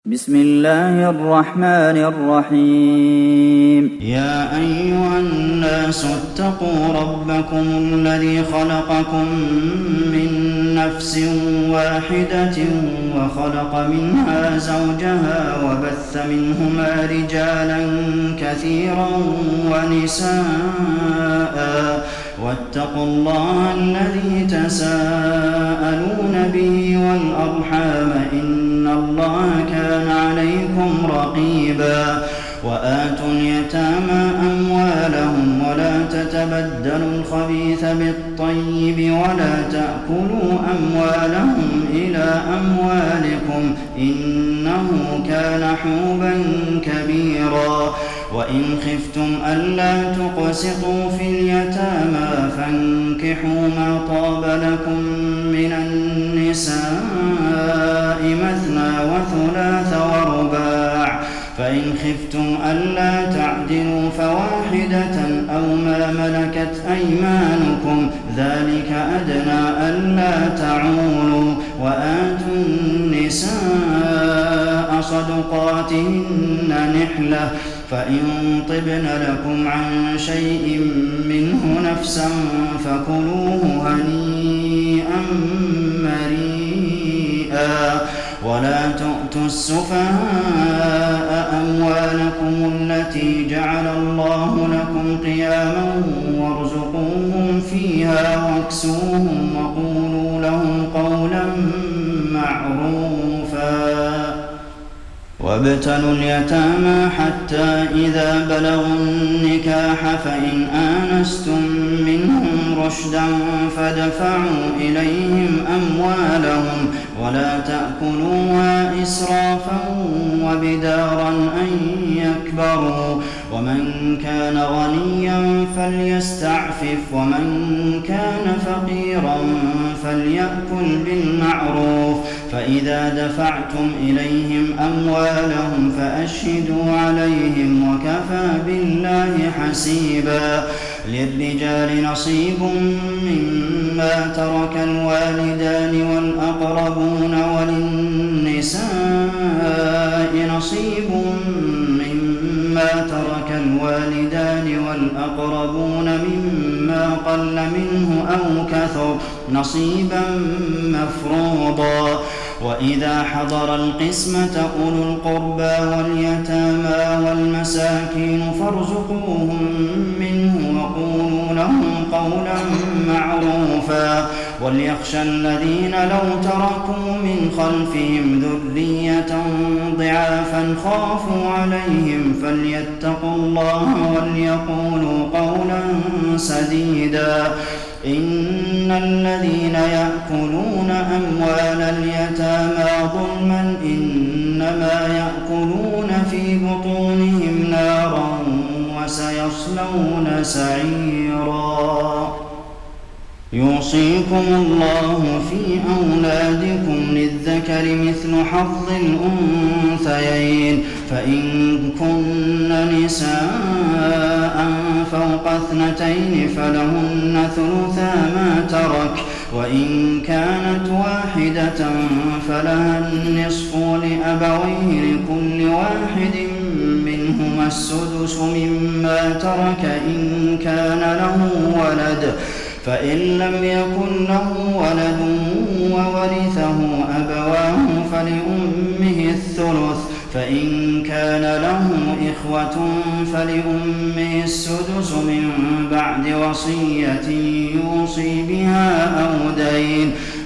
بسم الله الرحمن الرحيم يا أيها الناس اتقوا ربكم الذي خلقكم من نفس واحدة وخلق منها زوجها وبث منهما رجالا كثيرا ونساء واتقوا الله الذي تساءلون به والأرحام إن الله كان عليكم رقيبا وآتوا اليتامى أموالهم ولا تتبدلوا الخبيث بالطيب ولا تأكلوا أموالهم إلى أموالكم إنه كان حوبا كبيرا وإن خفتم ألا تقسطوا في اليتامى فانكحوا ما طاب لكم من النساء مثنى وثلاث ورباع فإن خفتم ألا تعدلوا فواحدة أو ما ملكت أيمانكم ذلك أدنى ألا تعولوا وآتوا النساء صدقاتهن نحلة فإن طبن لكم عن شيء منه نفسا فكلوه هنيئا مريئا ولا تؤتوا السفهاء أموالكم التي جعل الله لكم قياما وارزقوهم فيها واكسوهم وقولوا لهم قولا معروفا وابتلوا اليتامى حتى إذا بلغوا النكاح فإن آنستم منهم رشدا فادفعوا إليهم أموالهم ولا تأكلوها إسرافا وبدارا أن يكبروا ومن كان غنيا فليستعفف ومن كان فقيرا فليأكل بالمعروف فإذا دفعتم إليهم أموالهم فأشهدوا عليهم وكفى بالله حسيبا للرجال نصيب مما ترك الوالدان والأقربون وللنساء نصيب مما ترك الوالدان والأقربون مما قل منه أو كثر نصيبا مفروضا وإذا حضر القسمة أولو القربى واليتامى والمساكين فارزقوهم منه وقولوا لهم قولا معروفا وليخشى الذين لو تركوا من خلفهم ذرية ضعافا خافوا عليهم فليتقوا الله وليقولوا قولا سديدا إن الذين يأكلون أموال اليتامى ظلما إنما يأكلون في بطونهم نارا وسيصلون سعيرا يوصيكم الله في أولادكم للذكر مثل حظ الأنثيين فإن كن نساء فوق اثنتين فلهن ثلثا ما ترك وإن كانت واحدة فلها النصف لأبويه لكل واحد منهما السدس مما ترك إن كان له ولد فإن لم يكن له ولد وورثه أبواه فلأمه الثلث فإن كان له إخوة فلأمه السدس من بعد وصية يوصي بها أو دين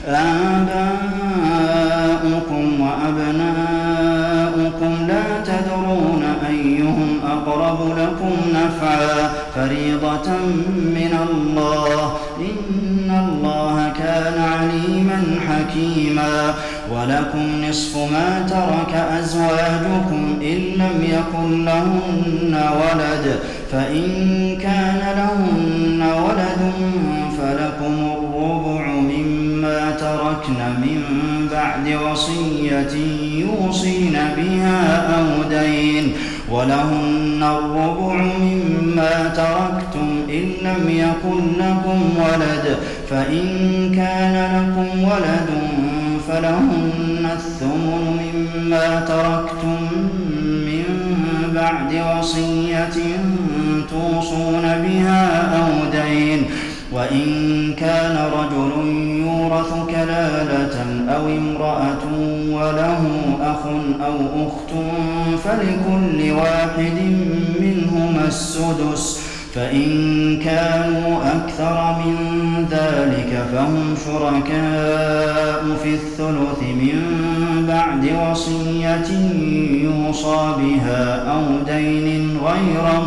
آباؤكم وأبناؤكم لا تدرون أيهم أقرب لكم نفعا فريضة من الله إن الله كان عليما حكيما ولكم نصف ما ترك أزواجكم إن لم يكن لهن ولد فإن كان لهن ولد فلكم الربع مما تركن من بعد وصية يوصين بها أو دين ولهن الربع مما تركتم إن لم يكن لكم ولد فإن كان لكم ولد فلهن الثمن مما تركتم من بعد وصية توصون بها أو دين وإن كان رجل يورث كلالة أو امرأة وله أخ أو أخت فلكل واحد منهما السدس فإن كانوا أكثر من ذلك فهم شركاء في الثلث من بعد وصية يوصى بها أو دين غير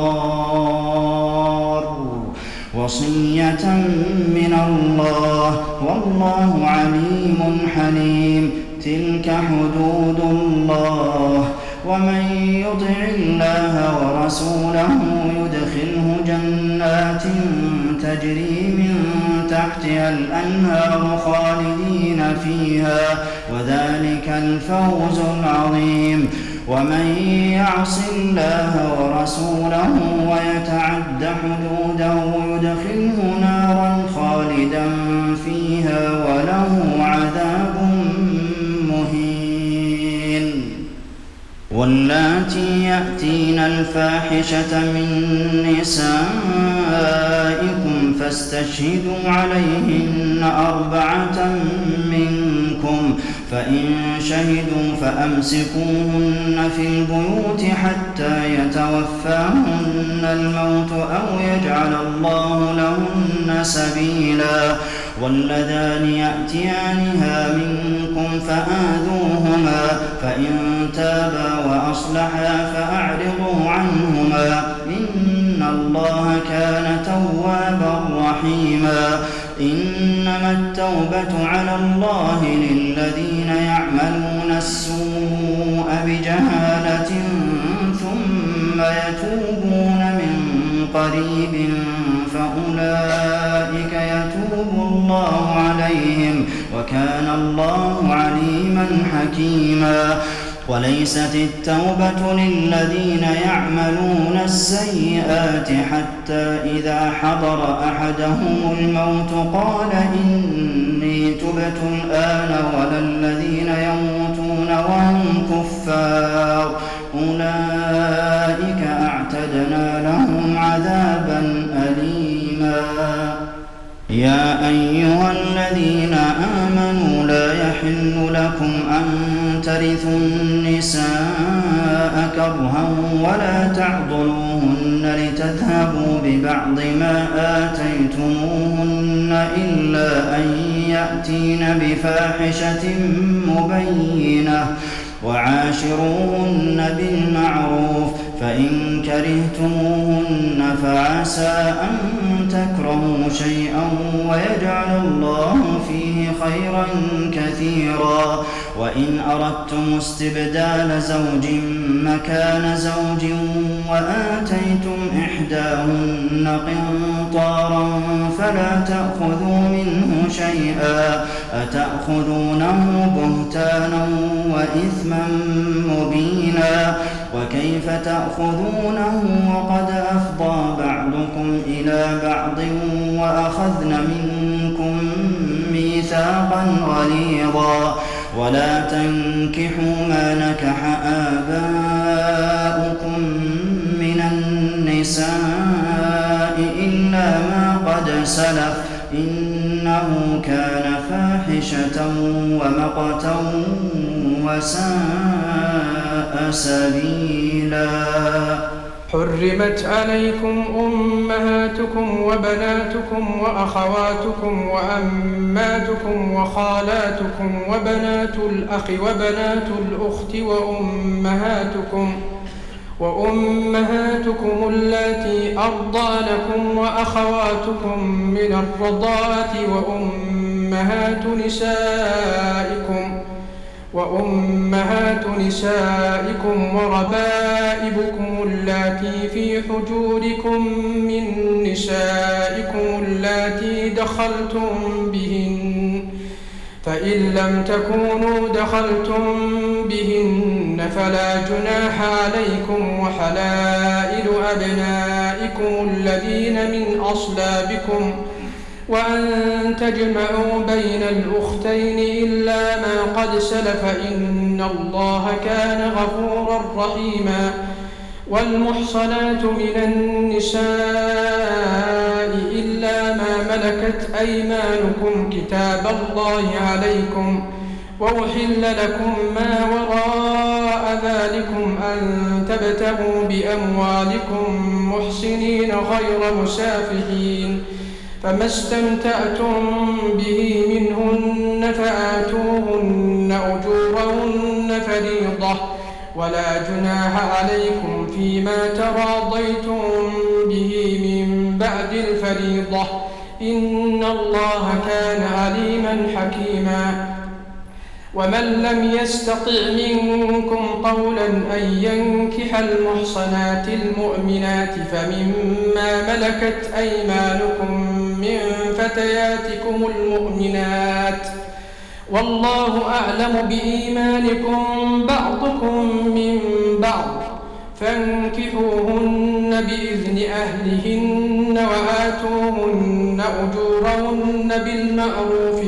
مضار وصية من الله والله عليم حليم تلك حدود الله ومن يطع الله ورسوله يدخله جنات تجري من تحتها الأنهار خالدين فيها وذلك الفوز العظيم ومن يعص الله ورسوله ويتعد حدوده يدخله نارا خالدا فيها وله عذاب مهين واللاتي يأتين الفاحشة من نسائكم فاستشهدوا عليهن 4 منكم فإن شهدوا فأمسكوهن في البيوت حتى يتوفاهن الموت أو يجعل الله لهن سبيلا واللذان يأتيانها منكم فآذوهما فإن تابا وأصلحا فأعرضوا عنهما إن الله كان توابا رحيما إنما التوبة على الله للذين يعملون السوء بجهالة ثم يتوبون من قريب فأولئك يتوب الله عليهم وكان الله عليما حكيما وليست التوبة للذين يعملون السيئات حتى إذا حضر أحدهم الموت قال إني تبت الآن ولا الذين يموتون وهم كفار أولئك أعتدنا لهم عذابا أليما يا أيها الذين آمنوا لا يحل لكم أن ترثوا النساء كرها ولا تعضلوهن لتذهبوا ببعض ما آتيتموهن إلا أن يأتين بفاحشة مبينة وعاشروهن بالمعروف فإن كرهتموهن فعسى أن تكرهوا شيئا ويجعل الله فيه خيرا كثيرا وإن أردتم استبدال زوج مكان زوج وآتيتم إحداهن قنطارا فلا تأخذوا منه شيئا أتأخذونه بهتانا وإثما مبينا وكيف تأخذونه وقد أفضى بعضكم إلى بعض وأخذن منكم ميثاقا غليظا ولا تنكحوا ما نكح آباؤكم من النساء إلا ما قد سلف إنه كان فاحشة ومقتا وساء سبيلا حرمت عليكم أمهاتكم وبناتكم وأخواتكم وأماتكم وخالاتكم وبنات الأخ وبنات الأخت وأمهاتكم اللاتي أرضانكم وأخواتكم من الرضاعة وأمهات نسائكم وربائبكم اللاتي في حجوركم من نسائكم اللاتي دخلتم بهن فإن لم تكونوا دخلتم بهن فلا جناح عليكم وحلائل أبنائكم الذين من أصلابكم وأن تجمعوا بين الأختين إلا ما قد سلف إن الله كان غفورا رحيما. والمحصنات من النساء إلا ما ملكت أيمانكم كتاب الله عليكم، وأحل لكم ما وراء ذلكم أن تبتغوا بأموالكم محسنين غير مسافحين، فما استمتعتم به منهن فآتوهن أجورهن فريضة، ولا جناح عليكم فيما تراضيتم به من بعد الفريضة، إن الله كان عليما حكيما. ومن لم يستطع منكم قولا أن ينكح المحصنات المؤمنات فمما ملكت أيمانكم من فتياتكم المؤمنات، والله أعلم بإيمانكم بعضكم من بعض، فانكحوهن بإذن أهلهن وآتوهن أجورهن بالمعروف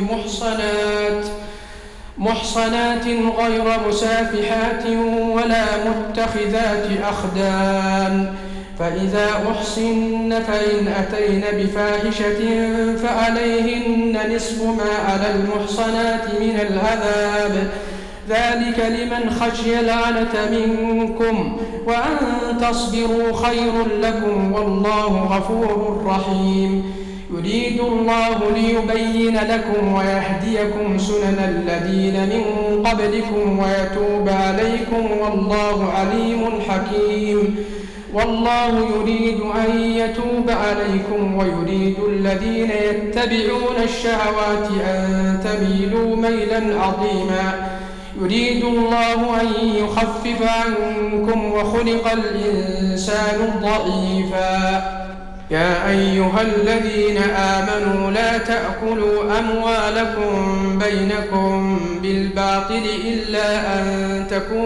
محصنات غير مسافحات ولا متخذات أخدان، فإذا أحصن فإن أتين بفاحشة فعليهن نصف ما على المحصنات من العذاب، ذلك لمن خشي العنة منكم، وأن تصبروا خير لكم والله غفور رحيم. يريد الله ليبين لكم ويهديكم سنن الذين من قبلكم ويتوب عليكم، والله عليم حكيم. والله يريد أن يتوب عليكم ويريد الذين يتبعون الشهوات أن تميلوا ميلا عظيما. يريد الله أن يخفف عنكم وخلق الإنسان ضعيفا. يا أيها الذين آمنوا لا تأكلوا أموالكم بينكم بالباطل إلا أن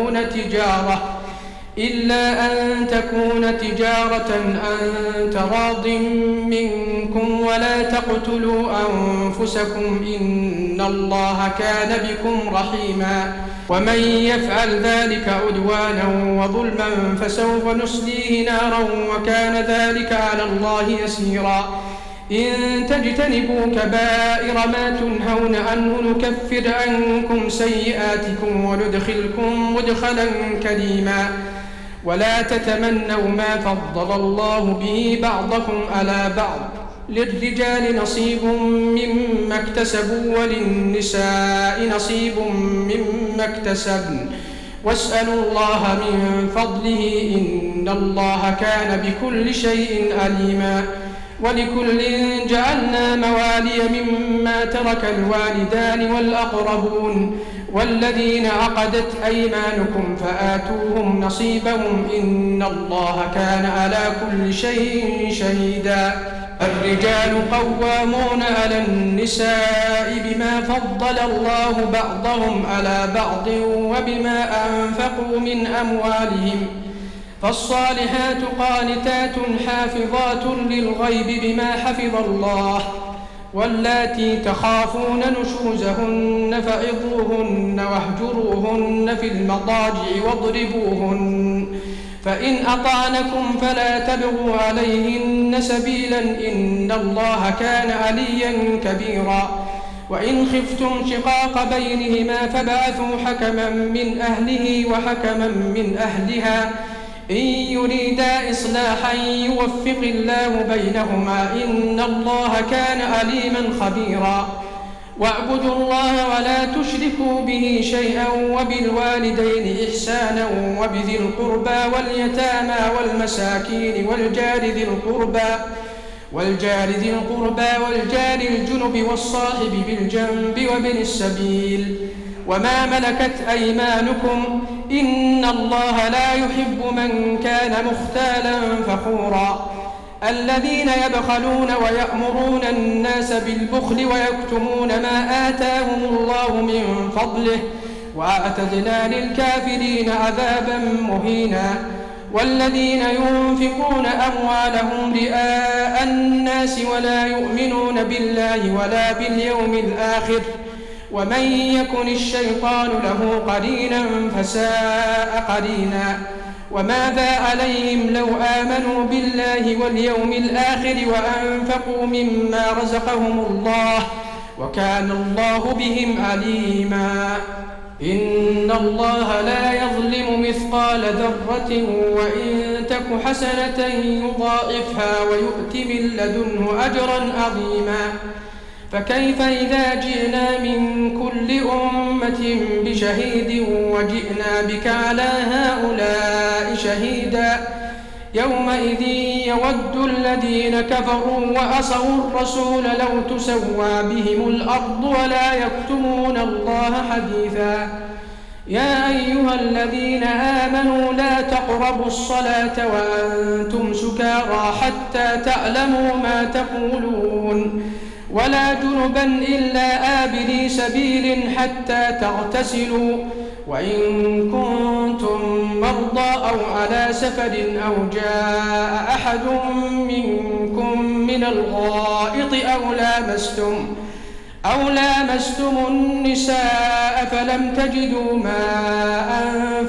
تكون تجارة عن تراض منكم، ولا تقتلوا أنفسكم إن الله كان بكم رحيما. ومن يفعل ذلك عدوانا وظلما فسوف نصليه نارا وكان ذلك على الله يسيرا. إن تجتنبوا كبائر ما تنهون عنه نكفر عنكم سيئاتكم وندخلكم مدخلا كريما. ولا تتمنوا ما فضل الله به بعضكم على بعض، للرجال نصيب مما اكتسبوا وللنساء نصيب مما اكتسبن، واسألوا الله من فضله إن الله كان بكل شيء عليما. ولكل جعلنا موالي مما ترك الوالدان والأقربون والذين عقدت أيمانكم فآتوهم نصيبهم إن الله كان على كل شيء شهيدا. الرجال قوامون على النساء بما فضل الله بعضهم على بعض وبما أنفقوا من أموالهم، فالصالحات قانتات حافظات للغيب بما حفظ الله. واللاتي تخافون نشوزهن فعظوهن واهجروهن في المضاجع واضربوهن، فإن أطعنكم فلا تبغوا عليهن سبيلا إن الله كان عليا كبيرا. وإن خفتم شقاق بينهما فبعثوا حكما من أهله وحكما من أهلها إن يريدا إصلاحا يوفق الله بينهما إن الله كان عليما خبيرا. واعبدوا الله ولا تشركوا به شيئا وبالوالدين إحسانا وبذي القربى واليتامى والمساكين والجار ذي القربى والجار الجنب والصاحب بالجنب وابن السبيل وما ملكت أيمانكم إن الله لا يحب من كان مختالا فخورا. الذين يبخلون ويأمرون الناس بالبخل ويكتمون ما آتاهم الله من فضله وأعتدنا للكافرين عذابا مهينا. والذين ينفقون أموالهم رئاء الناس ولا يؤمنون بالله ولا باليوم الآخر ومن يكن الشيطان له قرينا فساء قرينا وماذا عليهم لو آمنوا بالله واليوم الآخر وأنفقوا مما رزقهم الله وكان الله بهم عليما إن الله لا يظلم مثقال ذرة وإن تك حسنة يضاعفها ويؤت من لدنه أجرا عظيما فكيف إذا جئنا من كل أمة بشهيد وجئنا بك على هؤلاء شهيدا يومئذ يود الذين كفروا وعصوا الرسول لو تسوى بهم الأرض ولا يكتمون الله حديثا يا أيها الذين آمنوا لا تقربوا الصلاة وأنتم سكارى حتى تعلموا ما تقولون ولا جنبا إلا آبري سبيل حتى تغتسلوا وإن كنتم مرضى أو على سفر أو جاء أحد منكم من الغائط أو لامستم النساء فلم تجدوا ماء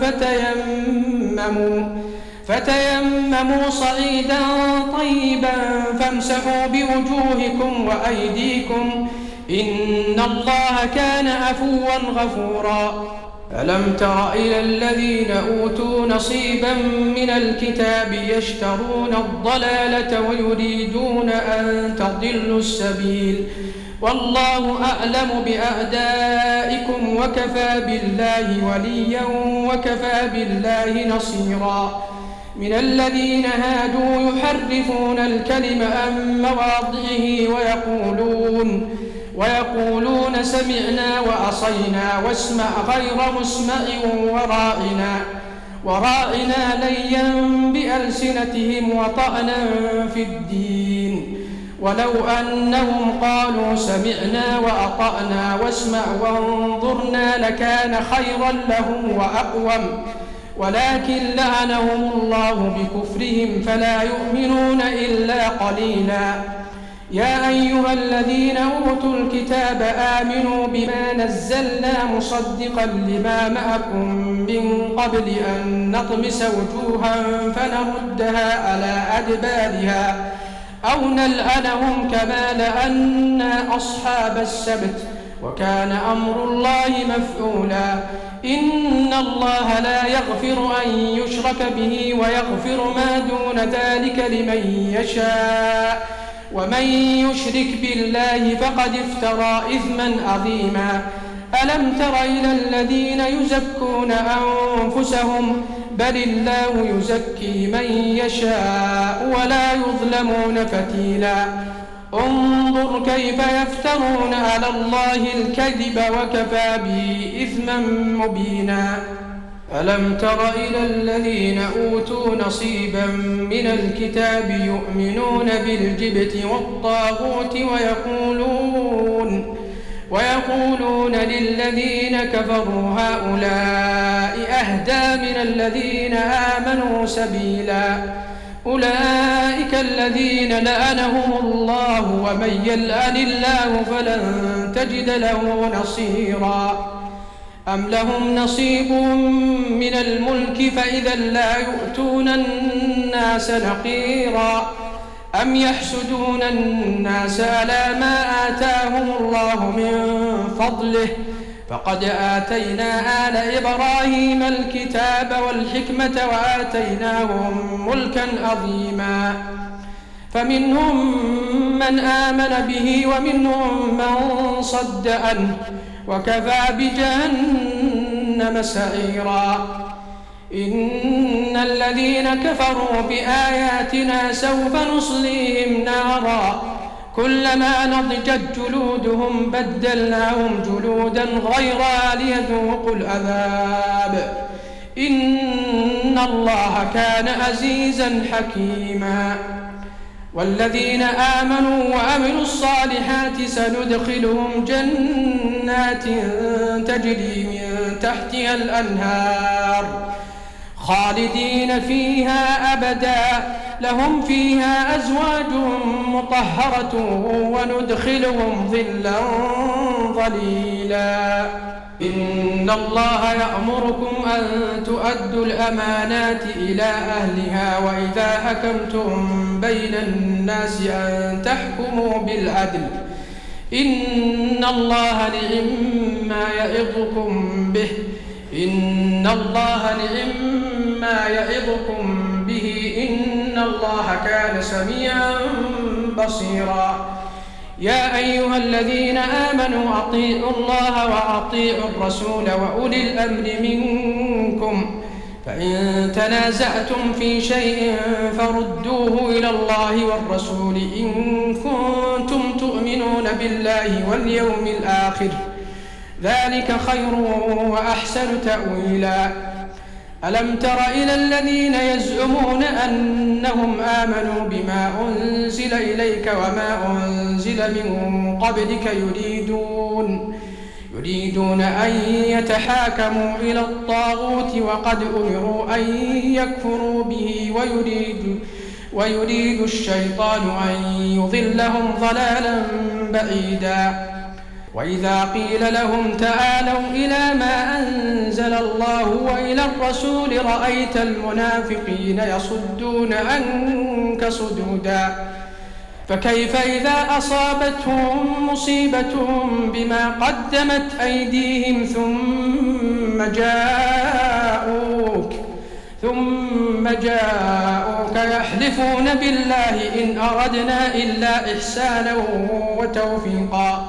فتيمموا صعيدا طيبا فامسحوا بوجوهكم وأيديكم إن الله كان عفوا غفورا ألم تر إلى الذين أوتوا نصيبا من الكتاب يشترون الضلالة ويريدون أن تضلوا السبيل والله أعلم بأعدائكم وكفى بالله وليا وكفى بالله نصيرا من الذين هادوا يحرفون الكلم عن مواضعه ويقولون سمعنا وعصينا واسمع غير مسمع وراعنا ليا بألسنتهم وطعنا في الدين ولو أنهم قالوا سمعنا وأطعنا واسمع وانظرنا لكان خيرا لهم وأقوم ولكن لعنهم الله بكفرهم فلا يؤمنون إلا قليلا يا أيها الذين أوتوا الكتاب آمنوا بما نزلنا مصدقا لما معكم من قبل أن نطمس وجوها فنردها على أدبارها أو نلعنهم كما لأنا أصحاب السبت وكان أمر الله مفعولا إن الله لا يغفر أن يشرك به ويغفر ما دون ذلك لمن يشاء ومن يشرك بالله فقد افترى إثما عظيما ألم تر إلى الذين يزكون أنفسهم بل الله يزكي من يشاء ولا يظلمون فتيلا انظر كيف يفترون على الله الكذب وكفى به إثما مبينا ألم تر إلى الذين أوتوا نصيبا من الكتاب يؤمنون بالجبت والطاغوت ويقولون للذين كفروا هؤلاء أهدى من الذين آمنوا سبيلا أولئك الذين لعنهم الله ومن يلعن الله فلن تجد له نصيرا أم لهم نصيب من الملك فإذا لا يؤتون الناس نقيرا أم يحسدون الناس على ما آتاهم الله من فضله فقد آتينا آل إبراهيم الكتاب والحكمة وآتيناهم ملكا عظيما فمنهم من آمن به ومنهم من صد عنه وكفى بجهنم سعيرا إن الذين كفروا بآياتنا سوف نصليهم نارا كلما نضجت جلودهم بدلناهم جلودا غيرها ليذوقوا العذاب إن الله كان عزيزا حكيما والذين آمنوا وعملوا الصالحات سندخلهم جنات تجري من تحتها الأنهار خالدين فيها أبدا لهم فيها أزواج مطهرة وندخلهم ظلا ظليلا إن الله يأمركم أن تؤدوا الأمانات إلى أهلها وإذا حكمتم بين الناس أن تحكموا بالعدل إن الله نعم ما يعظكم به إن الله كان سميعا بصيرا يا أيها الذين آمنوا أطيعوا الله وأطيعوا الرسول وأولي الأمر منكم فإن تنازعتم في شيء فردوه إلى الله والرسول إن كنتم تؤمنون بالله واليوم الآخر ذلك خير وأحسن تأويلا ألم تر إلى الذين يزعمون أنهم آمنوا بما أنزل إليك وما أنزل من قبلك يريدون أن يتحاكموا إلى الطاغوت وقد أمروا أن يكفروا به ويريد الشيطان أن يضلهم ضلالا بعيدا وإذا قيل لهم تعالوا إلى ما أنزل الله وإلى الرسول رأيت المنافقين يصدون عنك صدودا فكيف إذا أصابتهم مصيبة بما قدمت أيديهم ثم جاءوك يحلفون بالله إن أردنا إلا إحسانا وتوفيقا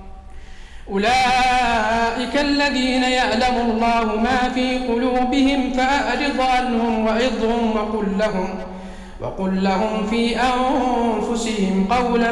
أولئك الذين يعلم الله ما في قلوبهم فأعرض عنهم وعظهم وقل لهم في أنفسهم قولا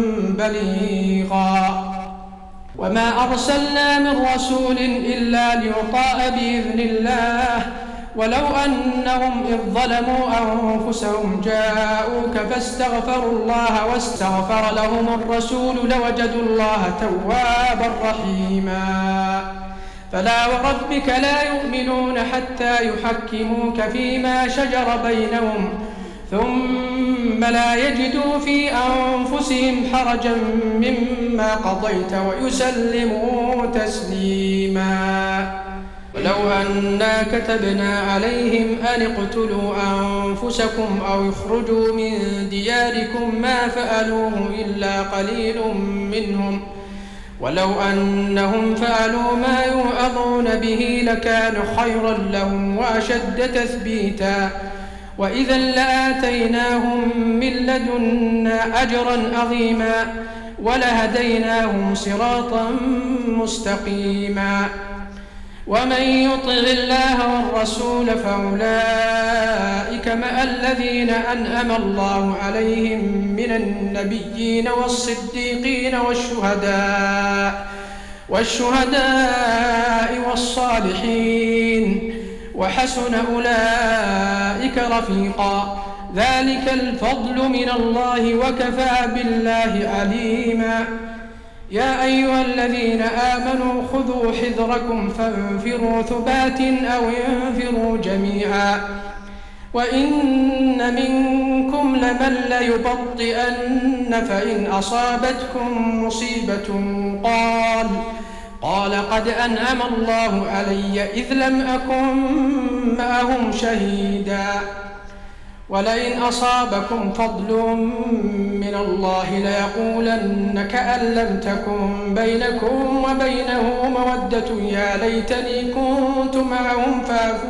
بليغا وما أرسلنا من رسول إلا ليطاع بإذن الله ولو أنهم إذ ظلموا أنفسهم جاءوك فاستغفروا الله واستغفر لهم الرسول لوجدوا الله توابا رحيما فلا وربك لا يؤمنون حتى يحكموك فيما شجر بينهم ثم لا يجدوا في أنفسهم حرجا مما قضيت ويسلموا تسليما ولو أنا كتبنا عليهم أن اقتلوا أنفسكم أو اخرجوا من دياركم ما فعلوه إلا قليل منهم ولو أنهم فعلوا ما يوعظون به لكان خيرا لهم وأشد تثبيتا وإذا لآتيناهم من لدنا أجرا عظيما ولهديناهم صراطا مستقيما ومن يطع الله والرسول فأولئك مع الذين أنعم الله عليهم من النبيين والصديقين والشهداء والصالحين وحسن أولئك رفيقا ذلك الفضل من الله وكفى بالله عليما يا أيها الذين آمنوا خذوا حذركم فانفروا ثبات أو انفروا جميعا وإن منكم لمن ليبطئن فإن أصابتكم مصيبة قال قد أنعم الله علي إذ لم أكن معهم شهيدا ولئن أصابكم فضل من الله ليقولن كأن لم تكن بينكم وبينه مودة يا ليتني كنت معهم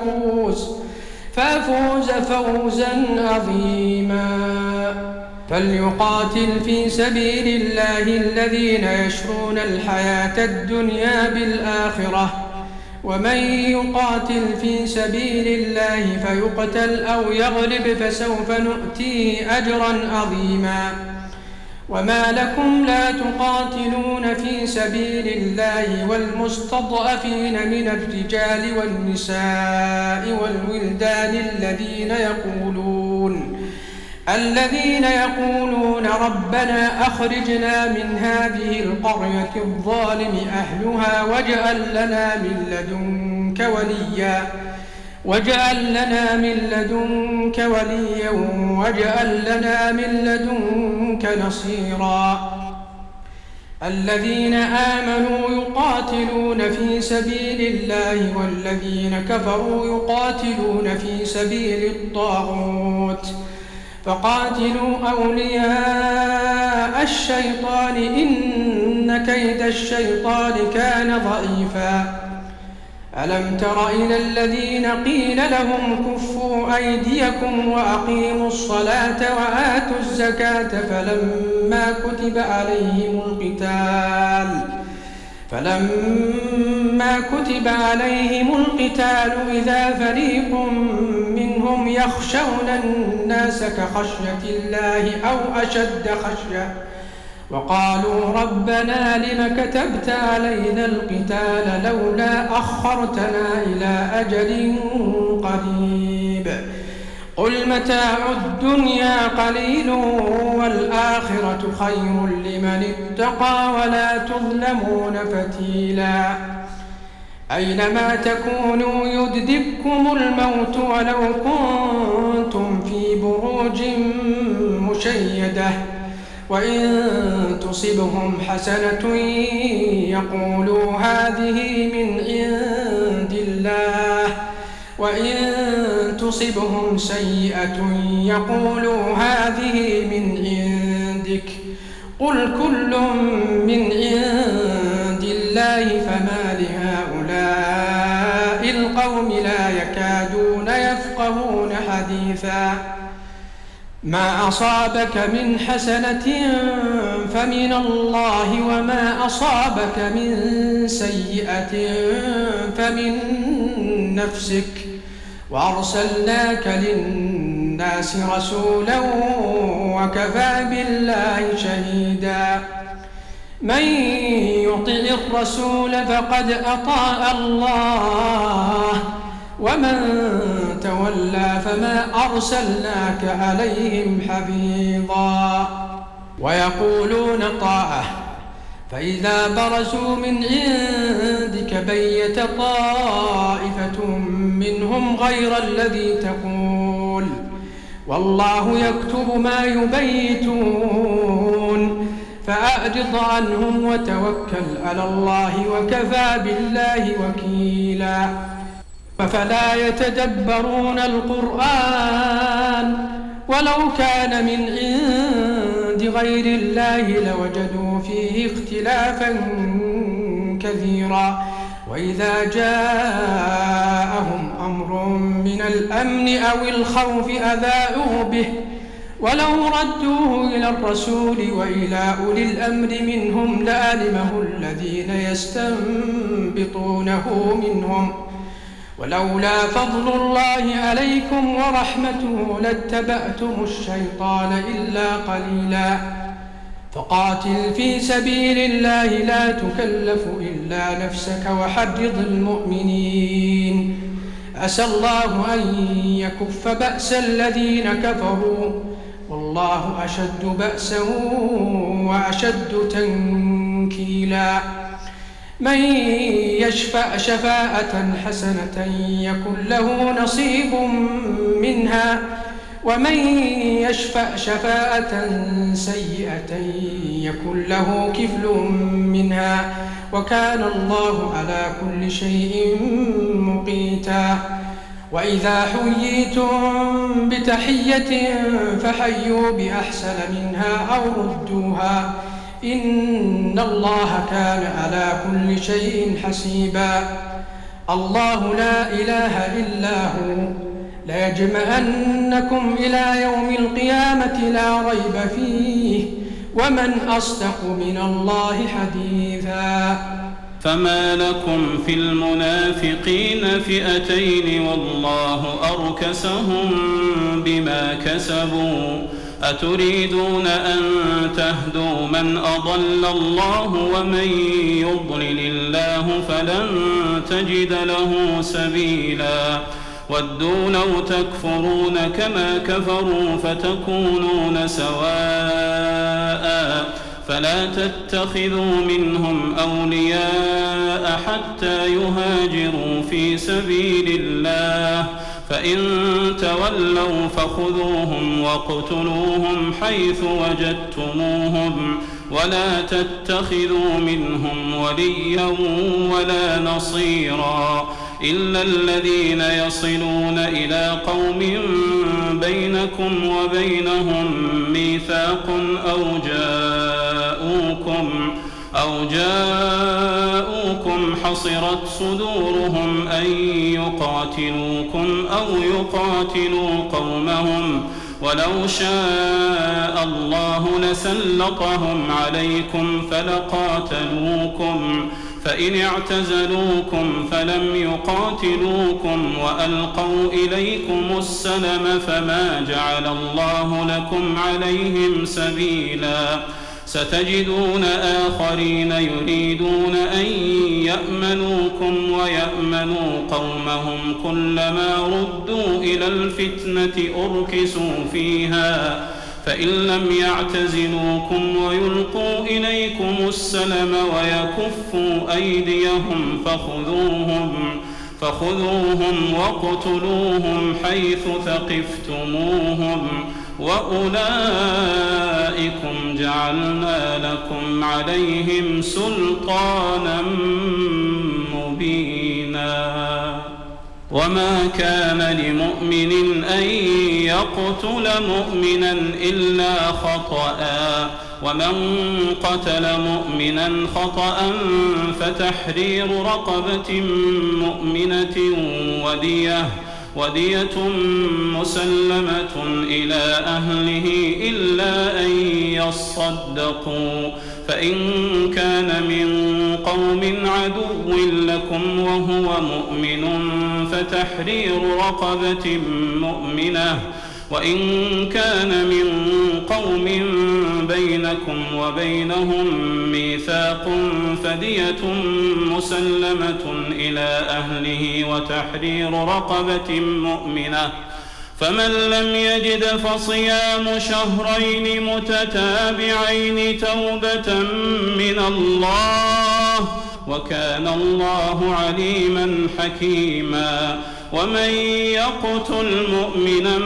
فافوز فوزا عظيما فليقاتل في سبيل الله الذين يشرون الحياة الدنيا بالآخرة ومن يقاتل في سبيل الله فيقتل أو يغلب فسوف نؤتيه أجرا عظيما وما لكم لا تقاتلون في سبيل الله والمستضعفين من الرجال والنساء والولدان الذين يقولون ربنا أخرجنا من هذه القرية الظالم أهلها واجعل لنا من لدنك وليا واجعل لنا من لدنك وليا واجعل لنا من لدنك نصيرا. الذين آمنوا يقاتلون في سبيل الله والذين كفروا يقاتلون في سبيل الطاغوت فقاتلوا أولياء الشيطان إن كيد الشيطان كان ضعيفا. ألم تر إلى الذين قيل لهم كفوا أيديكم وأقيموا الصلاة وآتوا الزكاة فلما كتب عليهم القتال إذا فريق منهم يخشون الناس كخشية الله أو أشد خشية وقالوا ربنا لم كتبت علينا القتال لولا أخرتنا إلى أجل قريب قل متاع الدنيا قليل والآخرة خير لمن اتقى ولا تظلمون فتيلا. أينما تكونوا يدرككم الموت ولو كنتم في بروج مشيدة وإن تصبهم حسنة يقولوا هذه من عند الله وإن تصبهم سيئة يقولوا هذه من عندك قل كل من عند الله فما لهؤلاء القوم لا يكادون يفقهون حديثا. ما أصابك من حسنة فمن الله وما أصابك من سيئة فمن نفسك وأرسلناك للناس رسولا وكفى بالله شهيدا. من يطع الرسول فقد أطاع الله ومن تولى فما أرسلناك عليهم حفيظا. ويقولون طاعة فإذا برزوا من عندك بيت طائفة منهم غير الذي تقول والله يكتب ما يبيتون فأعرض عنهم وتوكل على الله وكفى بالله وكيلا. فلا يتدبرون القرآن ولو كان من عند غير الله لوجدوا فيه اختلافا كثيرا. وإذا جاءهم أمر من الأمن أو الخوف أذاعوا به ولو ردوه إلى الرسول وإلى أولي الأمر منهم لعلمه الذين يستنبطونه منهم ولولا فضل الله عليكم ورحمته لاتبعتم الشيطان إلا قليلا. فقاتل في سبيل الله لا تكلف إلا نفسك وحرض المؤمنين. عسى الله أن يكف بأس الذين كفروا والله أشد بأسا وأشد تنكيلا. من يشفع شفاعة حسنة يكن له نصيب منها ومن يشفع شفاعة سيئة يكن له كفل منها وكان الله على كل شيء مقيتا. وإذا حييتم بتحية فحيوا بأحسن منها أو ردوها إن الله كان على كل شيء حسيبا. الله لا إله إلا هو ليجمعنكم إلى يوم القيامة لا ريب فيه ومن أصدق من الله حديثا. فما لكم في المنافقين فئتين والله أركسهم بما كسبوا أتريدون أن تهدوا من أضل الله ومن يضلل الله فلن تجد له سبيلا. ودوا لو تكفرون كما كفروا فتكونون سواء فلا تتخذوا منهم أولياء حتى يهاجروا في سبيل الله فإن تولوا فخذوهم واقتلوهم حيث وجدتموهم ولا تتخذوا منهم وليا ولا نصيرا إلا الذين يصلون إلى قوم بينكم وبينهم ميثاق أو جاءوكم حصرت صدورهم أن يقاتلوكم أو يقاتلوا قومهم ولو شاء الله لسلطهم عليكم فلقاتلوكم فإن اعتزلوكم فلم يقاتلوكم وألقوا إليكم السلم فما جعل الله لكم عليهم سبيلا ستجدون آخرين يريدون أن يأمنوكم ويأمنوا قومهم كلما ردوا إلى الفتنة أركسوا فيها فإن لم يعتزلوكم ويلقوا إليكم السلم ويكفوا أيديهم فخذوهم واقتلوهم حيث ثقفتموهم وأولئكم جعلنا لكم عليهم سلطانا مبينا وما كان لمؤمن أن يقتل مؤمنا إلا خطأ ومن قتل مؤمنا خطأ فتحرير رقبة مؤمنة ودية مسلمة إلى أهله إلا أن يصدقوا فإن كان من قوم عدو لكم وهو مؤمن فتحرير رقبة مؤمنة وإن كان من قوم بينكم وبينهم ميثاق فدية مسلمة إلى أهله وتحرير رقبة مؤمنة فمن لم يجد فصيام شهرين متتابعين توبة من الله وكان الله عليما حكيما ومن يقتل مؤمنا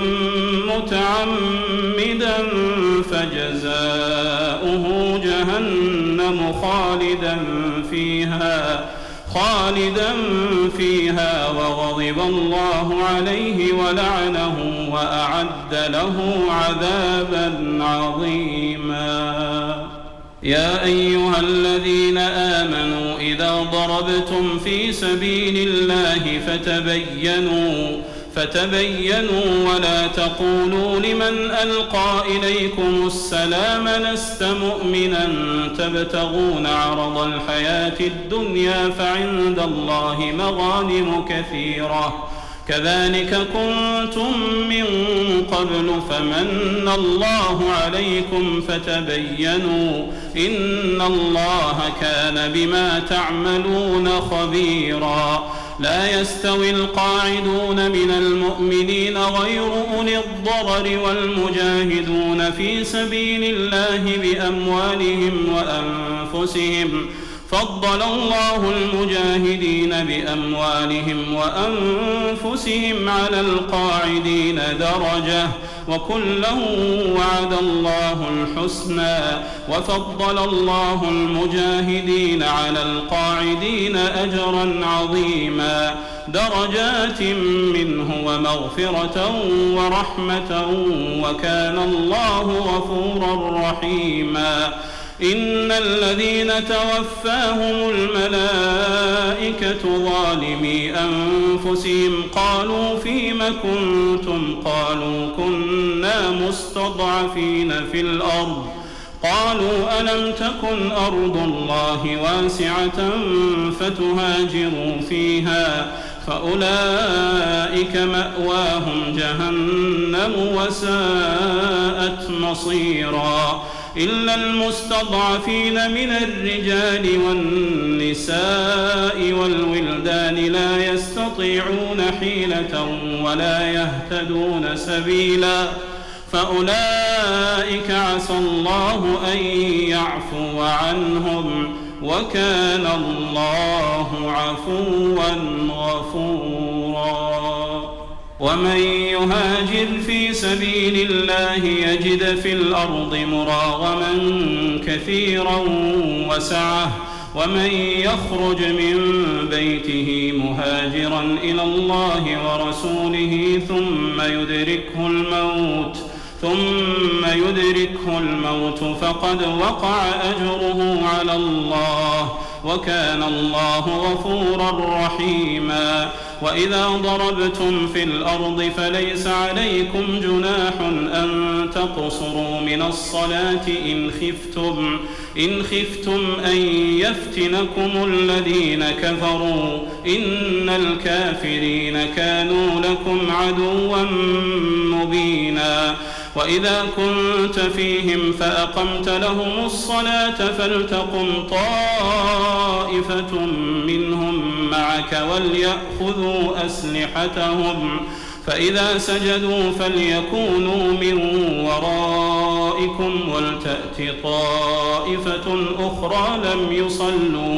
متعمدا فجزاؤه جهنم خالدا فيها وغضب الله عليه ولعنه وأعد له عذابا عظيما يا أيها الذين آمنوا إذا ضربتم في سبيل الله فتبينوا ولا تقولوا لمن ألقى إليكم السلام لست مؤمنا تبتغون عرض الحياة الدنيا فعند الله مغانم كثيرة كذلك كنتم من قبل فمن الله عليكم فتبينوا إن الله كان بما تعملون خبيرا لا يستوي القاعدون من المؤمنين غير أولي الضرر والمجاهدون في سبيل الله بأموالهم وأنفسهم فضل الله المجاهدين بأموالهم وأنفسهم على القاعدين درجة وكلا وعد الله الحسنى وفضل الله المجاهدين على القاعدين أجرا عظيما درجات منه ومغفرة ورحمة وكان الله غفورا رحيما إن الذين توفاهم الملائكة ظالمي أنفسهم قالوا فيم كنتم قالوا كنا مستضعفين في الأرض قالوا ألم تكن أرض الله واسعة فتهاجروا فيها فأولئك مأواهم جهنم وساءت مصيرا إلا المستضعفين من الرجال والنساء والولدان لا يستطيعون حيلة ولا يهتدون سبيلا فأولئك عسى الله أن يعفو عنهم وكان الله عفوا غفورا ومن يهاجر في سبيل الله يجد في الأرض مراغما كثيرا وسعة ومن يخرج من بيته مهاجرا إلى الله ورسوله ثم يدركه الموت فقد وقع أجره على الله وكان الله غفورا رحيما. وإذا ضربتم في الأرض فليس عليكم جناح أن تقصروا من الصلاة إن خفتم أن يفتنكم الذين كفروا إن الكافرين كانوا لكم عدوا مبينا. وإذا كنت فيهم فأقمت لهم الصلاة فلتقم طائفة منهم معك وليأخذوا أسلحتهم فإذا سجدوا فليكونوا من ورائكم ولتأت طائفة أخرى لم يصلوا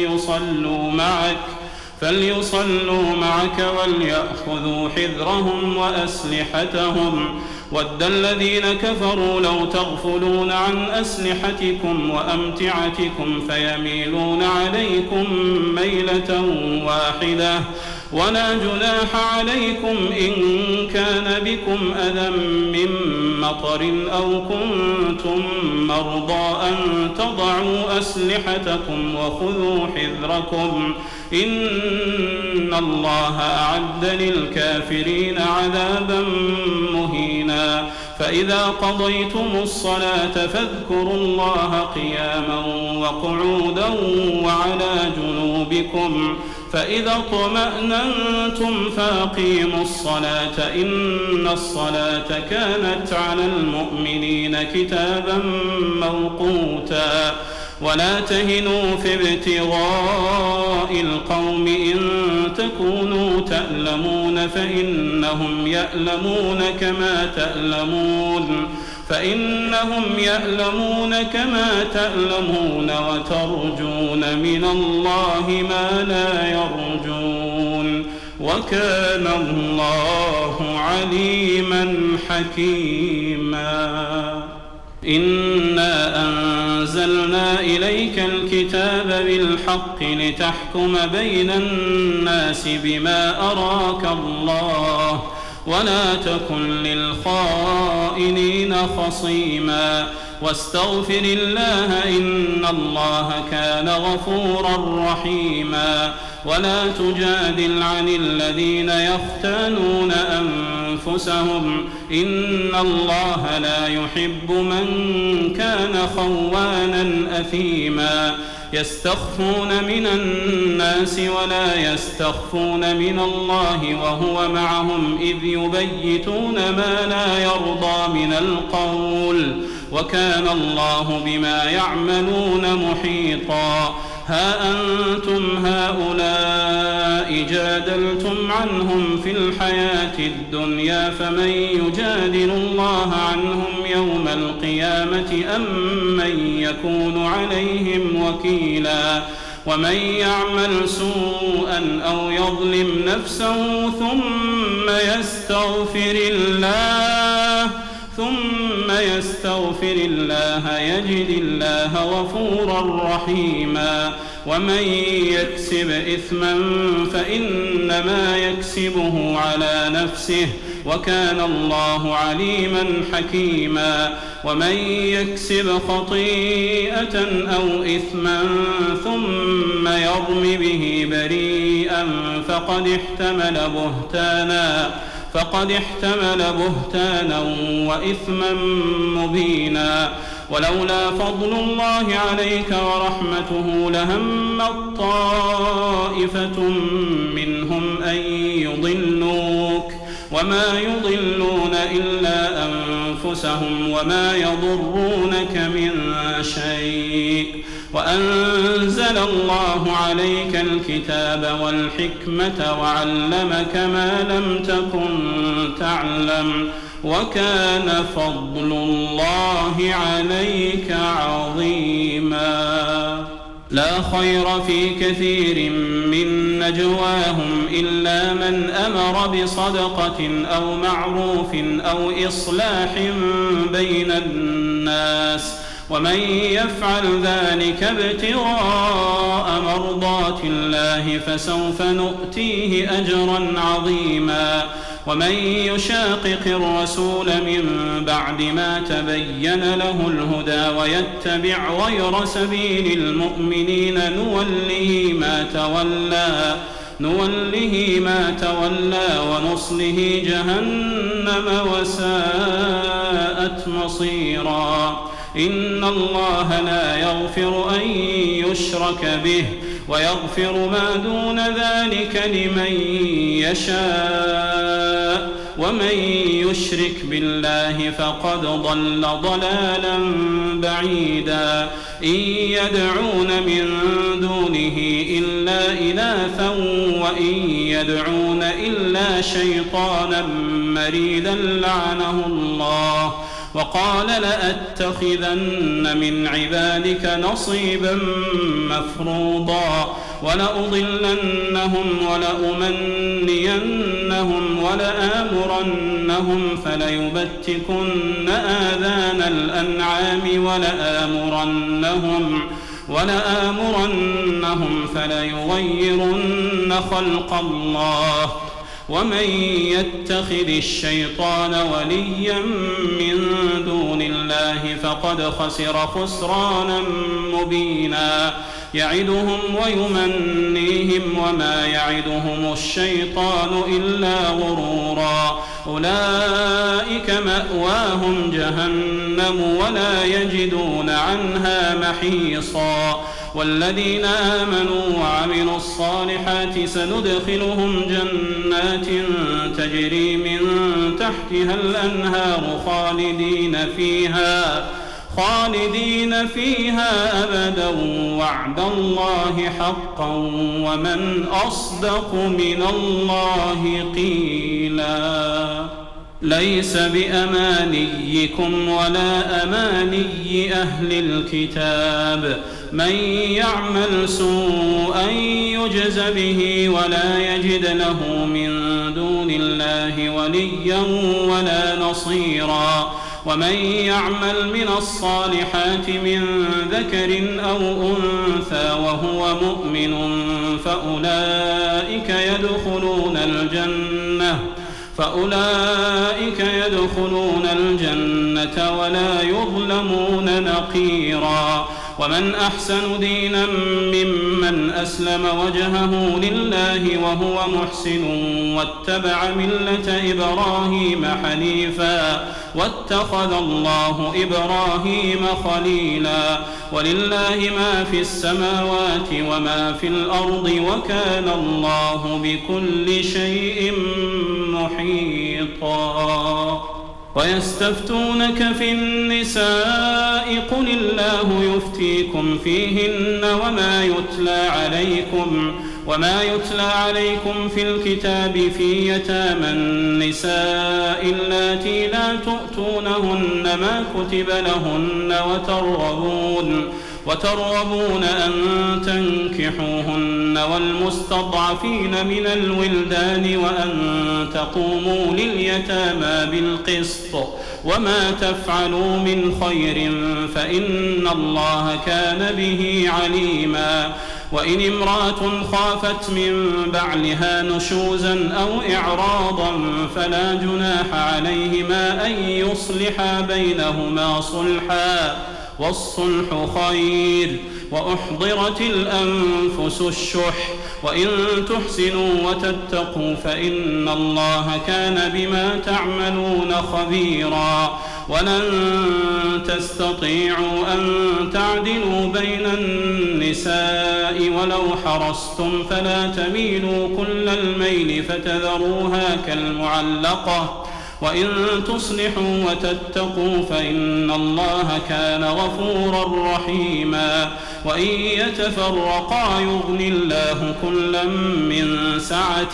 فليصلوا معك وليأخذوا حذرهم وأسلحتهم ود الذين كفروا لو تغفلون عن أسلحتكم وأمتعتكم فيميلون عليكم ميلة واحدة ولا جناح عليكم إن كان بكم أذى من مطر أو كنتم مرضى أن تضعوا أسلحتكم وخذوا حذركم إن الله أعد للكافرين عذابا مهينا. فإذا قضيتم الصلاة فاذكروا الله قياما وقعودا وعلى جنوبكم فإذا اطمأننتم فأقيموا الصلاة إن الصلاة كانت على المؤمنين كتابا موقوتا. ولا تهنوا في ابتغاء القوم إن تكونوا تألمون فإنهم يألمون كما تألمون وترجون من الله ما لا يرجون وكان الله عليما حكيما. إنا أنزلنا إليك الكتاب بالحق لتحكم بين الناس بما أراك الله ولا تكن للخائنين خصيما واستغفر الله إن الله كان غفورا رحيما. ولا تجادل عن الذين يختانون أنفسهم إن الله لا يحب من كان خوانا أثيما. يستخفون من الناس ولا يستخفون من الله وهو معهم إذ يبيتون ما لا يرضى من القول وكان الله بما يعملون محيطا. ها أنتم هؤلاء جادلتم عنهم في الحياة الدنيا فمن يجادل الله عنهم يوم القيامة أم من يكون عليهم وكيلا. ومن يعمل سوءا أو يظلم نفسه ثم يستغفر الله يجد الله غفورا رحيما. ومن يكسب إثما فإنما يكسبه على نفسه وكان الله عليما حكيما. ومن يكسب خطيئة أو إثما ثم يرم به بريئا فقد احتمل بهتانا وإثما مبينا. ولولا فضل الله عليك ورحمته لهمت طائفة منهم أن يضلوك وما يضلون إلا أنفسهم وما يضرونك من شيء. وأنزل الله عليك الكتاب والحكمة وعلمك ما لم تكن تعلم وكان فضل الله عليك عظيما. لا خير في كثير من نجواهم إلا من أمر بصدقة أو معروف أو إصلاح بين الناس ومن يفعل ذلك ابتغاء مرضات الله فسوف نؤتيه أجرا عظيما ومن يشاقق الرسول من بعد ما تبين له الهدى ويتبع غير سبيل المؤمنين نوله ما تولى ونصله جهنم وساءت مصيرا إن الله لا يغفر أن يشرك به ويغفر ما دون ذلك لمن يشاء ومن يشرك بالله فقد ضل ضلالا بعيدا إن يدعون من دونه إلا إناثا وإن يدعون إلا شيطانا مريدا لعنه الله وقال لأتخذن من عبادك نصيبا مفروضا ولأضلنهم ولأمنينهم ولآمرنهم فليبتكن آذان الأنعام ولآمرنهم فليغيرن خلق الله ومن يتخذ الشيطان وليا من دون الله فقد خسر خسرانا مبينا يعدهم ويمنيهم وما يعدهم الشيطان إلا غرورا أولئك مأواهم جهنم ولا يجدون عنها محيصا والذين آمنوا وعملوا الصالحات سندخلهم جنات تجري من تحتها الأنهار خالدين فيها أبدا وعد الله حقا ومن أصدق من الله قيلا ليس بأمانيكم ولا أماني أهل الكتاب من يعمل سوءا يجز به ولا يجد له من دون الله وليا ولا نصيرا ومن يعمل من الصالحات من ذكر أو أنثى وهو مؤمن فأولئك يدخلون الجنة ولا يظلمون نقيرا ومن أحسن دينا ممن أسلم وجهه لله وهو محسن واتبع ملة إبراهيم حنيفا واتخذ الله إبراهيم خليلا ولله ما في السماوات وما في الأرض وكان الله بكل شيء محيطا ويستفتونك في النساء قل الله يفتيكم فيهن وما يتلى عليكم في الكتاب في يتامى النساء اللاتي لا تؤتونهن ما كتب لهن وترغبون أن تنكحوهن والمستضعفين من الولدان وأن تقوموا لليتامى بالقسط وما تفعلوا من خير فإن الله كان به عليما وإن امرأة خافت من بعلها نشوزا أو إعراضا فلا جناح عليهما أن يصلحا بينهما صلحا والصلح خير وأحضرت الأنفس الشح وإن تحسنوا وتتقوا فإن الله كان بما تعملون خبيرا ولن تستطيعوا أن تعدلوا بين النساء ولو حرصتم فلا تميلوا كل الميل فتذروها كالمعلقة وإن تصلحوا وتتقوا فإن الله كان غفورا رحيما وإن يتفرقا يغني الله كلا من سعته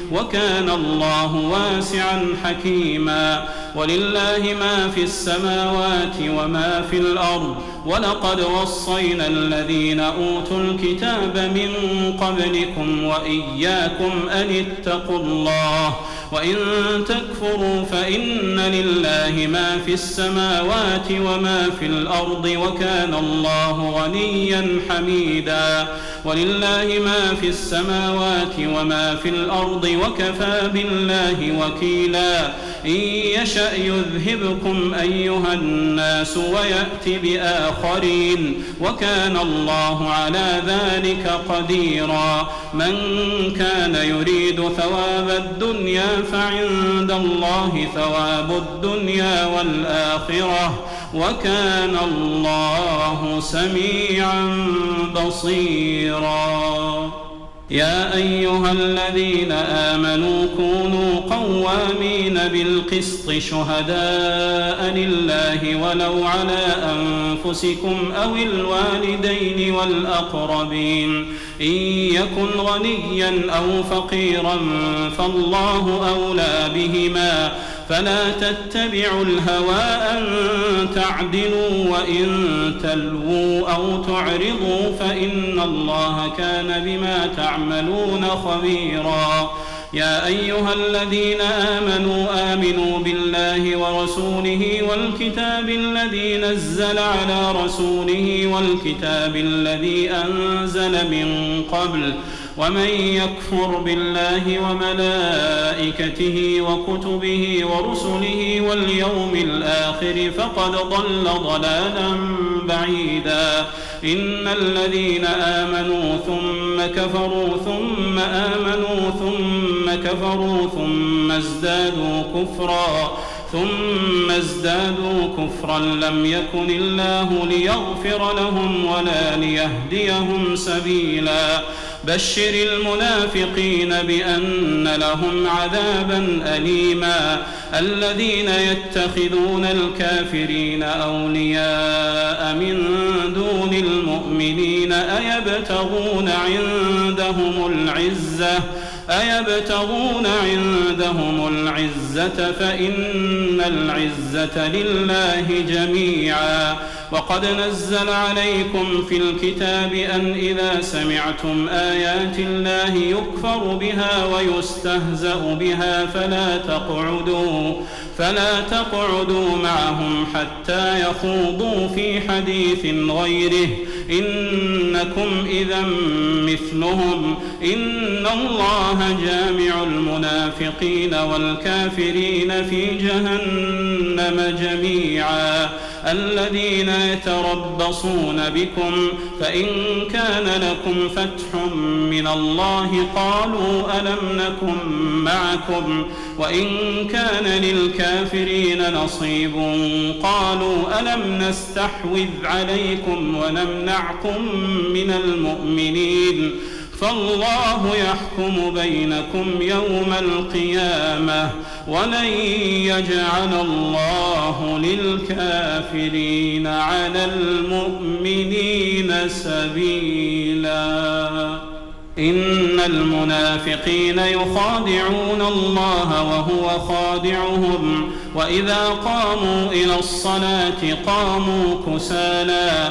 وكان الله واسعا حكيما ولله ما في السماوات وما في الأرض ولقد وصينا الذين أوتوا الكتاب من قبلكم وإياكم أن اتقوا الله وإن تكفروا فإن لله ما في السماوات وما في الأرض وكان الله غنيا حميدا ولله ما في السماوات وما في الأرض وكفى بالله وكيلا إن يشأ يذهبكم أيها الناس ويأت بآخرين وكان الله على ذلك قديرا من كان يريد ثواب الدنيا فعند الله ثواب الدنيا والآخرة وكان الله سميعا بصيرا يا أيها الذين آمنوا كونوا قوامين بالقسط شهداء لله ولو على أنفسكم أو الوالدين والأقربين إن يكن غنيا أو فقيرا فالله أولى بهما فلا تتبعوا الهوى أن تعدلوا وإن تلووا أو تعرضوا فإن الله كان بما تعملون خبيرا يا أيها الذين آمنوا بالله ورسوله والكتاب الذي نزل على رسوله والكتاب الذي أنزل من قبل ومن يكفر بالله وملائكته وكتبه ورسله واليوم الآخر فقد ضل ضلالا بعيدا إن الذين آمنوا ثم كفروا ثم آمنوا ثم كفروا ثم ازدادوا كفرا لم يكن الله ليغفر لهم ولا ليهديهم سبيلا بشر المنافقين بأن لهم عذابا أليما الذين يتخذون الكافرين أولياء من دون المؤمنين أيبتغون عندهم العزة فإن العزة لله جميعا وقد نزل عليكم في الكتاب أن إذا سمعتم آيات الله يكفر بها ويستهزأ بها فلا تقعدوا معهم حتى يخوضوا في حديث غيره إنكم إذا مثلهم إن الله جامع المنافقين والكافرين في جهنم جميعا الذين يتربصون بكم فإن كان لكم فتح من الله قالوا ألم نكن معكم وإن كان للكافرين نصيب قالوا ألم نستحوذ عليكم ونمنعكم من المؤمنين فالله يحكم بينكم يوم القيامة ولن يجعل الله للكافرين على المؤمنين سبيلا إن المنافقين يخادعون الله وهو خادعهم وإذا قاموا إلى الصلاة قاموا كسالى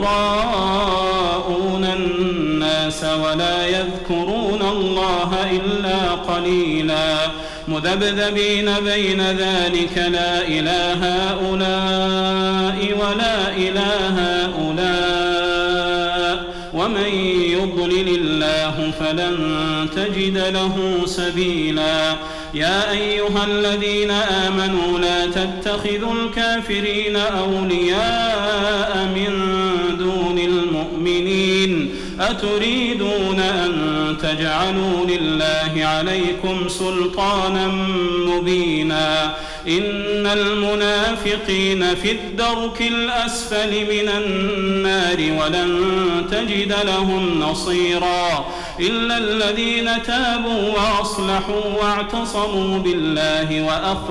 يراءون الناس ولا يذكرون الله إلا قليلا مذبذبين بين ذلك لا إله هؤلاء ولا إله هؤلاء ومن يضلل الله فلن تجد له سبيلا يا أيها الذين آمنوا لا تتخذوا الكافرين أولياء من دون المؤمنين أتريدون أن تجعلوا لله عليكم سلطانا مبينا إن المنافقين في الدرك الأسفل من النار ولن تجد لهم نصيرا إلا الذين تابوا وأصلحوا واعتصموا بالله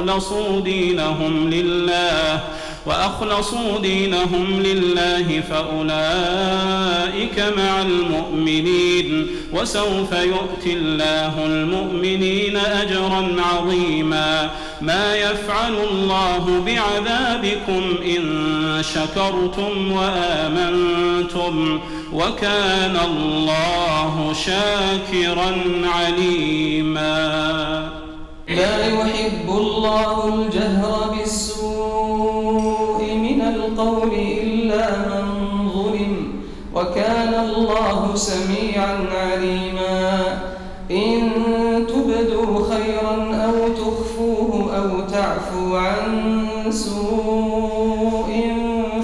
وأخلصوا دينهم لله فأولئك مع المؤمنين وسوف يؤتي الله المؤمنين أجرا عظيما ما يفعل الله بعذابكم إن شكرتم وآمنتم وكان الله شاكرا عليما لا يحب الله الجهر بالسوء من القول إلا من ظلم وكان الله سميعا عليما إن تبدوا خيرا أو تخفوه أو تعفو عن سوء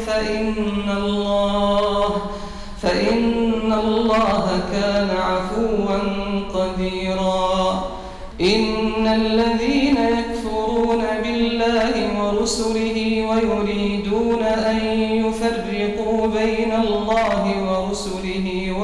فإن الله كان عفوا قديرا إن الذين يكفرون بالله ورسله ويريدون أن يفرقوا بين الله ورسله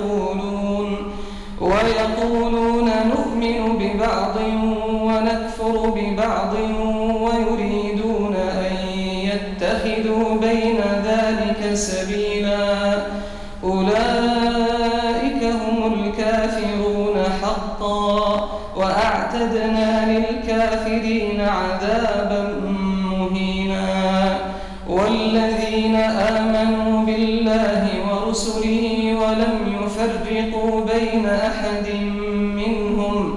ويقولون نؤمن ببعض ونكفر ببعض ويريدون أن يتخذوا بين ذلك سبيلا أولئك هم الكافرون حقا وأعتدنا للكافرين عذابا مهينا والذين آمنوا بالله ورسله ولم يفرقوا بين أحد منهم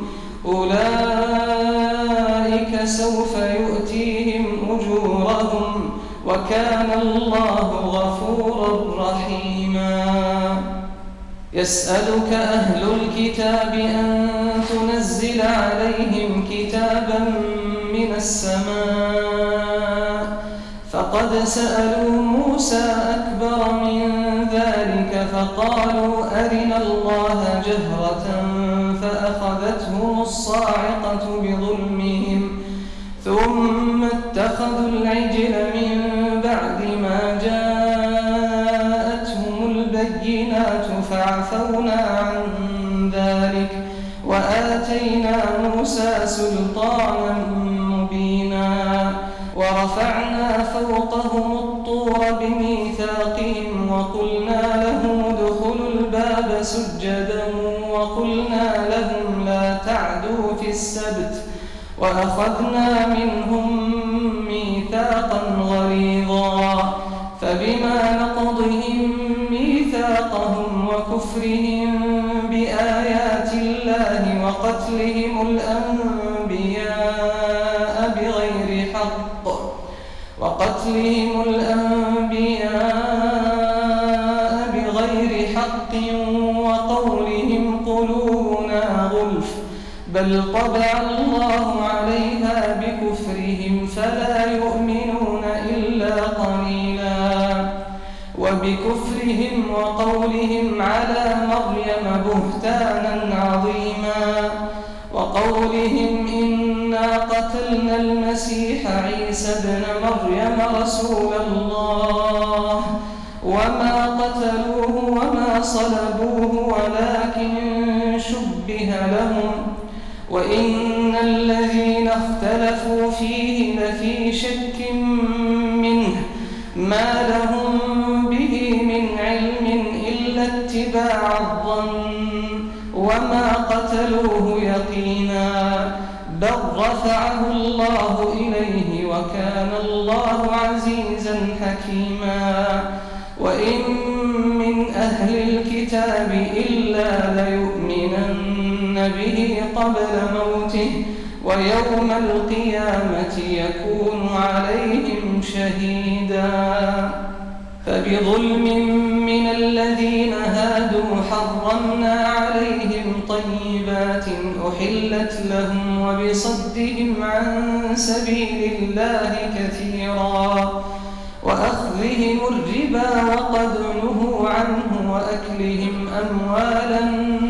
أولئك سوف يؤتيهم أجورهم وكان الله غفورا رحيما يسألك أهل الكتاب أن تنزل عليهم كتابا من السماء فقد سألوا موسى أكبر من ذلك فقالوا أرنا الله جهرة فأخذتهم الصاعقة بظلمهم ثم اتخذوا العجل من بعد ما جاءتهم البينات فعفونا عن ذلك وآتينا موسى سلطانا مبينا ورفعنا فوقهم الطور بميثاقهم وقلنا لهم ادخلوا الباب سجدا وقلنا لهم لا تعدوا في السبت وأخذنا منهم ميثاقا غليظا فبما نقضهم ميثاقهم وكفرهم بآيات الله وقتلهم الأنبياء بغير حق وقولهم قلوبنا غلف بل طبع الله عليها بكفرهم فلا يؤمنون إلا قليلا وبكفرهم وقولهم على مريم بهتانا عظيما وقولهم إنا قتلنا المسيح عيسى ابن مريم رسول الله وما قتلوه وما صلبوه ولكن شبه لهم وإن الذين اختلفوا فيه لفي شك منه ما لهم به من علم إلا اتباع الظن وما قتلوه يقينا بل رفعه الله إليه وكان الله عزيزا حكيما وإن من أهل الكتاب إلا ليؤمنن به قبل موته ويوم القيامة يكون عليهم شهيدا فبظلم من الذين هادوا حرمنا عليهم طيبات أحلت لهم وبصدهم عن سبيل الله كثيرا وأخذهم الربا وقد نهوا عنه وأكلهم أموال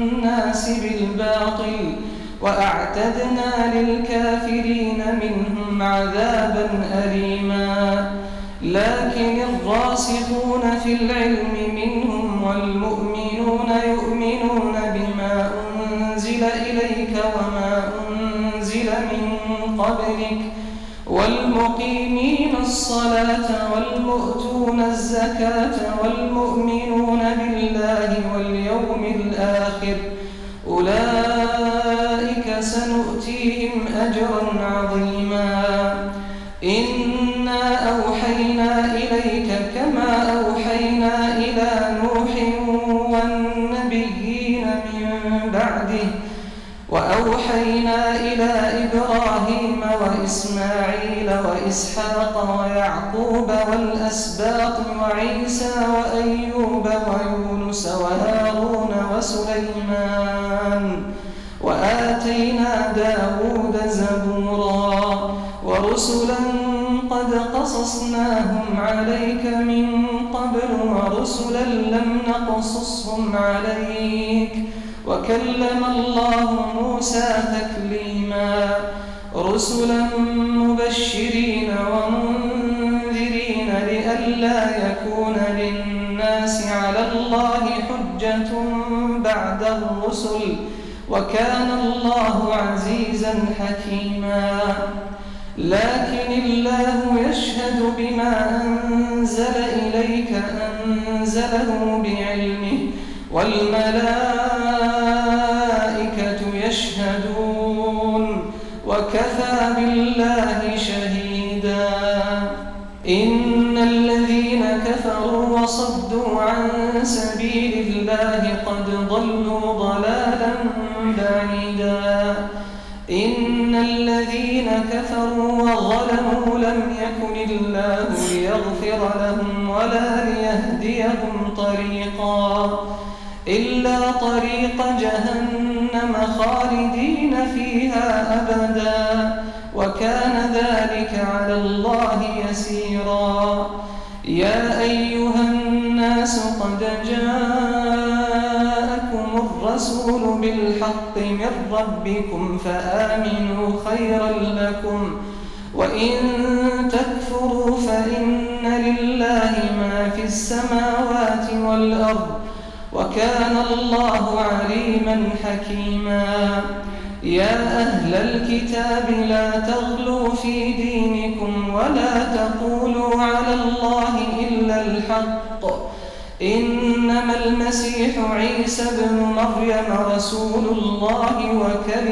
الناس بالباطل وأعتدنا للكافرين منهم منهم عذابا أليما. لكن الراسخون في العلم منهم والمؤمنون يؤمنون بما أنزل إليك وما أنزل من قبلك والمقيمين الصلاة والمؤتون الزكاة والمؤمنون بالله واليوم الآخر أولئك سنؤتيهم أجرا عظيما. إنا أوحينا إليك كما أوحينا إلى نوح والنبيين من بعده وأوحينا إلى إبراهيم وإسماعيل وإسحاق ويعقوب والأسباط وعيسى وأيوب ويونس وهارون وسليمان وآتينا داود زبورا ورسلا قد قصصناهم عليك من قبل ورسلا لم نقصصهم عليك وكلم الله موسى تكليما. رسلا مبشرين ومنذرين لئلا يكون للناس على الله حجة بعد الرسل وكان الله عزيزا حكيما. لكن الله يشهد بما أنزل إليك أنزله بعلمه والملائكة يشهدون وكفى بالله شهيدا. إن الذين كفروا وصدوا عن سبيل الله قد ضلوا ضلالا بعيدا. إن الذين كفروا وظلموا لم يكن الله ليغفر لهم ولا ليهديهم طريقا إلا طريق جهنم خالدين فيها أبدا وكان ذلك على الله يسيرا. يا أيها الناس قد جاءكم الرسول بالحق من ربكم فآمنوا خيرا لكم وإن تكفروا فإن لله ما في السماوات والأرض وكان الله عليما حكيما. يا أهل الكتاب لا تغلوا في دينكم ولا تقولوا على الله إلا الحق إنما المسيح عيسى ابن مريم رسول الله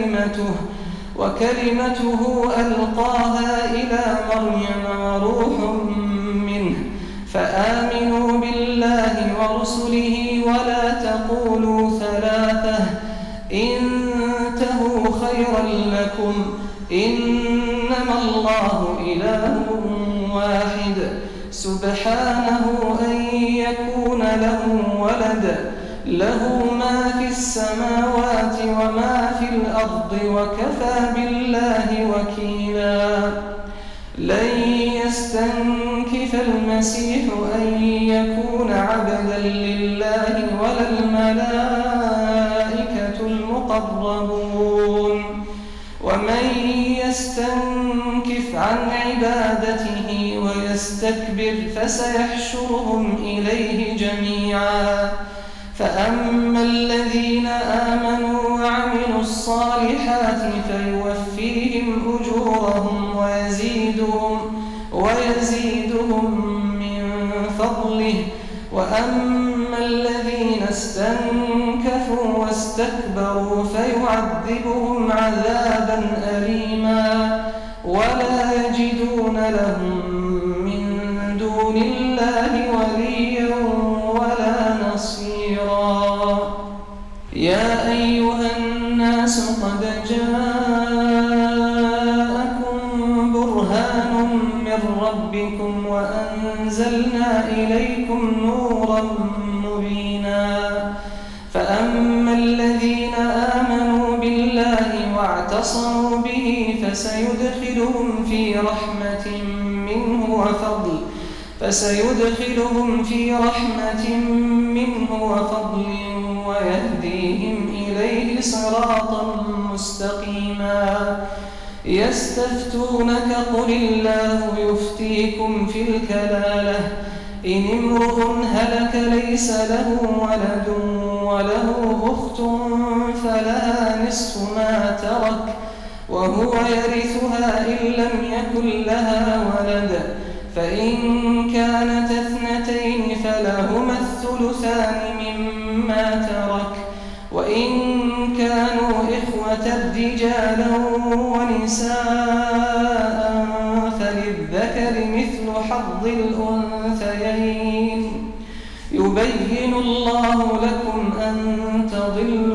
وكلمته ألقاها إلى مريم وروح منه فآمنوا بالله ورسله ولا تقولوا ثلاثة انتهوا خيرا لكم إنما الله إله واحد سبحانه أن يكون له ولد له ما في السماوات وما في الأرض وكفى بالله وكيلا. لن يستنكف المسيح أن يكون عبدا لله ولا الملائكة المقربون ومن يستنكف عن عبادته ويستكبر فسيحشرهم إليه جميعا. فأما الذين آمنوا وعملوا الصالحات فيوفيهم أجورهم ويزيدهم من فضله وأما الذين استنكفوا واستكبروا فيعذبهم عذابا أليما ولا يجدون لهم من دون الله وليا ولا نصيرا. يا أيها الناس قد جاءكم برهان من ربكم وأنزلنا إليكم نورا مبينا. فأما الذين آمنوا بالله واعتصموا به فسيدخلهم في رحمة منه وفضل ويهديهم إليه صراطا مستقيما. يستفتونك قل الله يفتيكم في الكلالة إن امرؤ هلك ليس له ولد وله أخت فلها نصف ما ترك وهو يرثها إن لم يكن لها ولد فإن كانت اثنتين فلهما الثلثان مما ترك وإن كانوا إخوة رجالا ونساء فللذكر مثل حظ الأنثيين يبين الله لكم أن تضلوا